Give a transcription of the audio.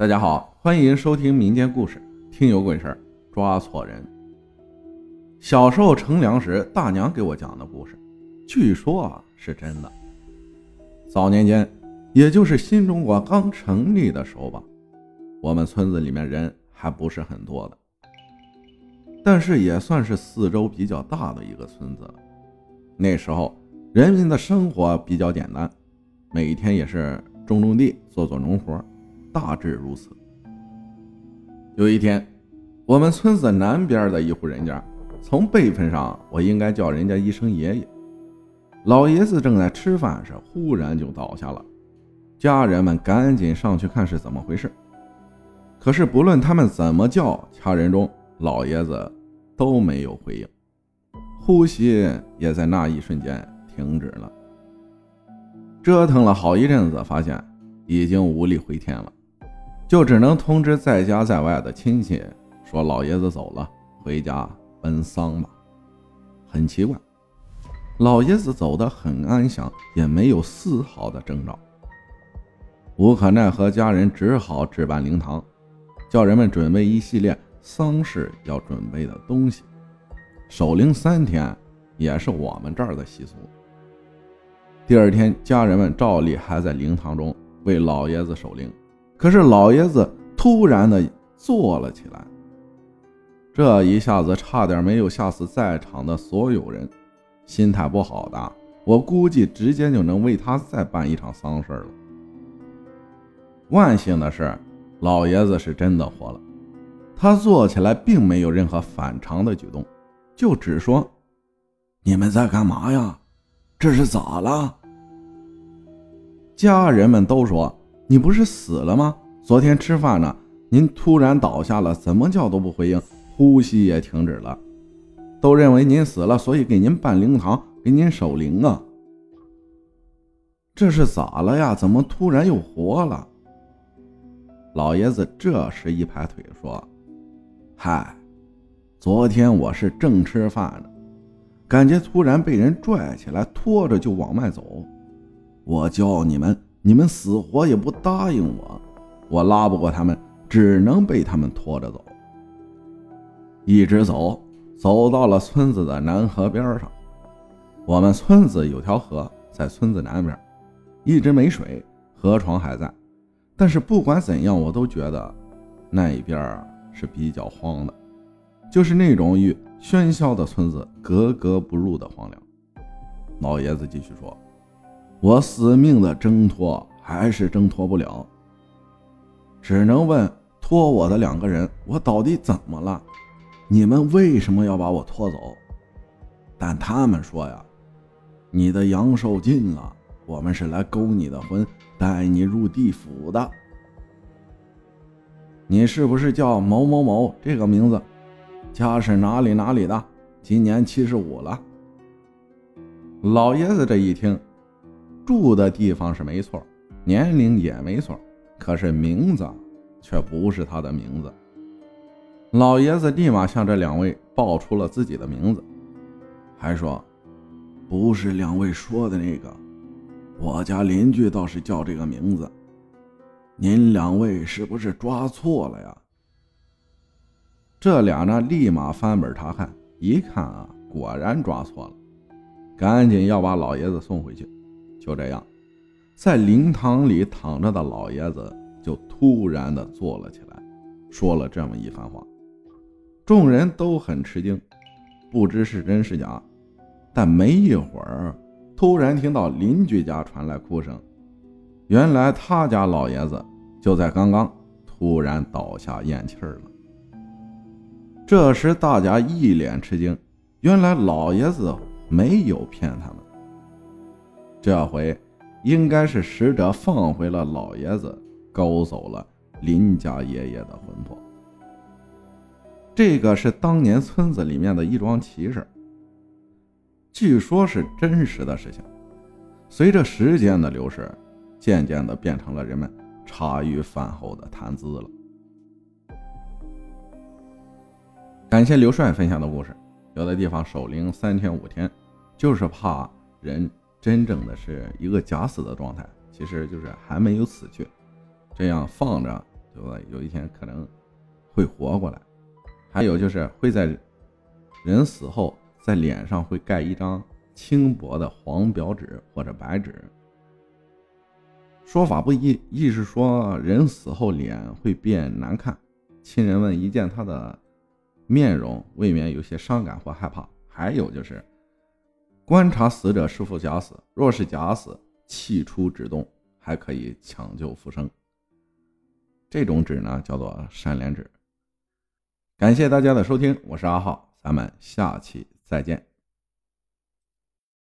大家好，欢迎收听民间故事，听有鬼事抓错人。小时候乘凉时，大娘给我讲的故事，据说是真的。早年间，也就是新中国刚成立的时候吧，我们村子里面人还不是很多的，但是也算是四周比较大的一个村子了。那时候人民的生活比较简单，每天也是种地做农活，大致如此。有一天，我们村子南边的一户人家，从辈分上我应该叫人家一声爷爷，老爷子正在吃饭时忽然就倒下了，家人们赶紧上去看是怎么回事。可是不论他们怎么叫，家人中老爷子都没有回应，呼吸也在那一瞬间停止了。折腾了好一阵子，发现已经无力回天了，就只能通知在家在外的亲戚说老爷子走了，回家奔丧吧。很奇怪，老爷子走得很安详，也没有丝毫的征兆。无可奈何，家人只好置办灵堂，叫人们准备一系列丧事要准备的东西。守灵3天也是我们这儿的习俗。第二天，家人们照例还在灵堂中为老爷子守灵，可是老爷子突然的坐了起来，这一下子差点没有吓死在场的所有人。心态不好的，我估计直接就能为他再办一场丧事了。万幸的是，老爷子是真的活了，他坐起来并没有任何反常的举动，就只说：“你们在干嘛呀？这是咋了？”家人们都说：“你不是死了吗？昨天吃饭呢，您突然倒下了，怎么叫都不回应，呼吸也停止了，都认为您死了，所以给您办灵堂，给您守灵啊。这是咋了呀？怎么突然又活了？”老爷子这时一拍腿说：“嗨，昨天我是正吃饭呢，感觉突然被人拽起来，拖着就往外走。我叫你们，你们死活也不答应我，我拉不过他们，只能被他们拖着走。一直走，走到了村子的南河边上。我们村子有条河在村子南边，一直没水，河床还在，但是不管怎样，我都觉得那一边是比较荒的，就是那种与喧嚣的村子格格不入的荒凉。老爷子继续说：“我死命的挣脱，还是挣脱不了，只能问拖我的2个人，我到底怎么了？你们为什么要把我拖走？但他们说呀，你的阳寿尽了，我们是来勾你的魂，带你入地府的。你是不是叫某某某这个名字？家是哪里哪里的？今年75了。”老爷子这一听，住的地方是没错，年龄也没错，可是名字却不是他的名字。老爷子立马向这2位报出了自己的名字，还说：“不是2位说的那个，我家邻居倒是叫这个名字，您2位是不是抓错了呀？”这俩呢，立马翻本查看，一看果然抓错了，赶紧要把老爷子送回去。就这样，在灵堂里躺着的老爷子就突然的坐了起来，说了这么一番话。众人都很吃惊，不知是真是假，但没一会儿，突然听到邻居家传来哭声，原来他家老爷子就在刚刚突然倒下咽气了。这时大家一脸吃惊，原来老爷子没有骗他们，这回应该是使者放回了老爷子，勾走了邻家爷爷的魂魄。这个是当年村子里面的一桩奇事，据说是真实的事情，随着时间的流逝，渐渐的变成了人们茶余饭后的谈资了。感谢刘帅分享的故事。有的地方守灵3天5天，就是怕人真正的是一个假死的状态，其实就是还没有死去，这样放着对吧？有一天可能会活过来。还有就是会在人死后在脸上会盖一张轻薄的黄表纸或者白纸。说法不一，一是说人死后脸会变难看，亲人们一见他的面容未免有些伤感或害怕。还有就是观察死者是否假死，若是假死，气出止动，还可以抢救复生。这种纸呢叫做善莲纸。感谢大家的收听，我是阿浩，咱们下期再见。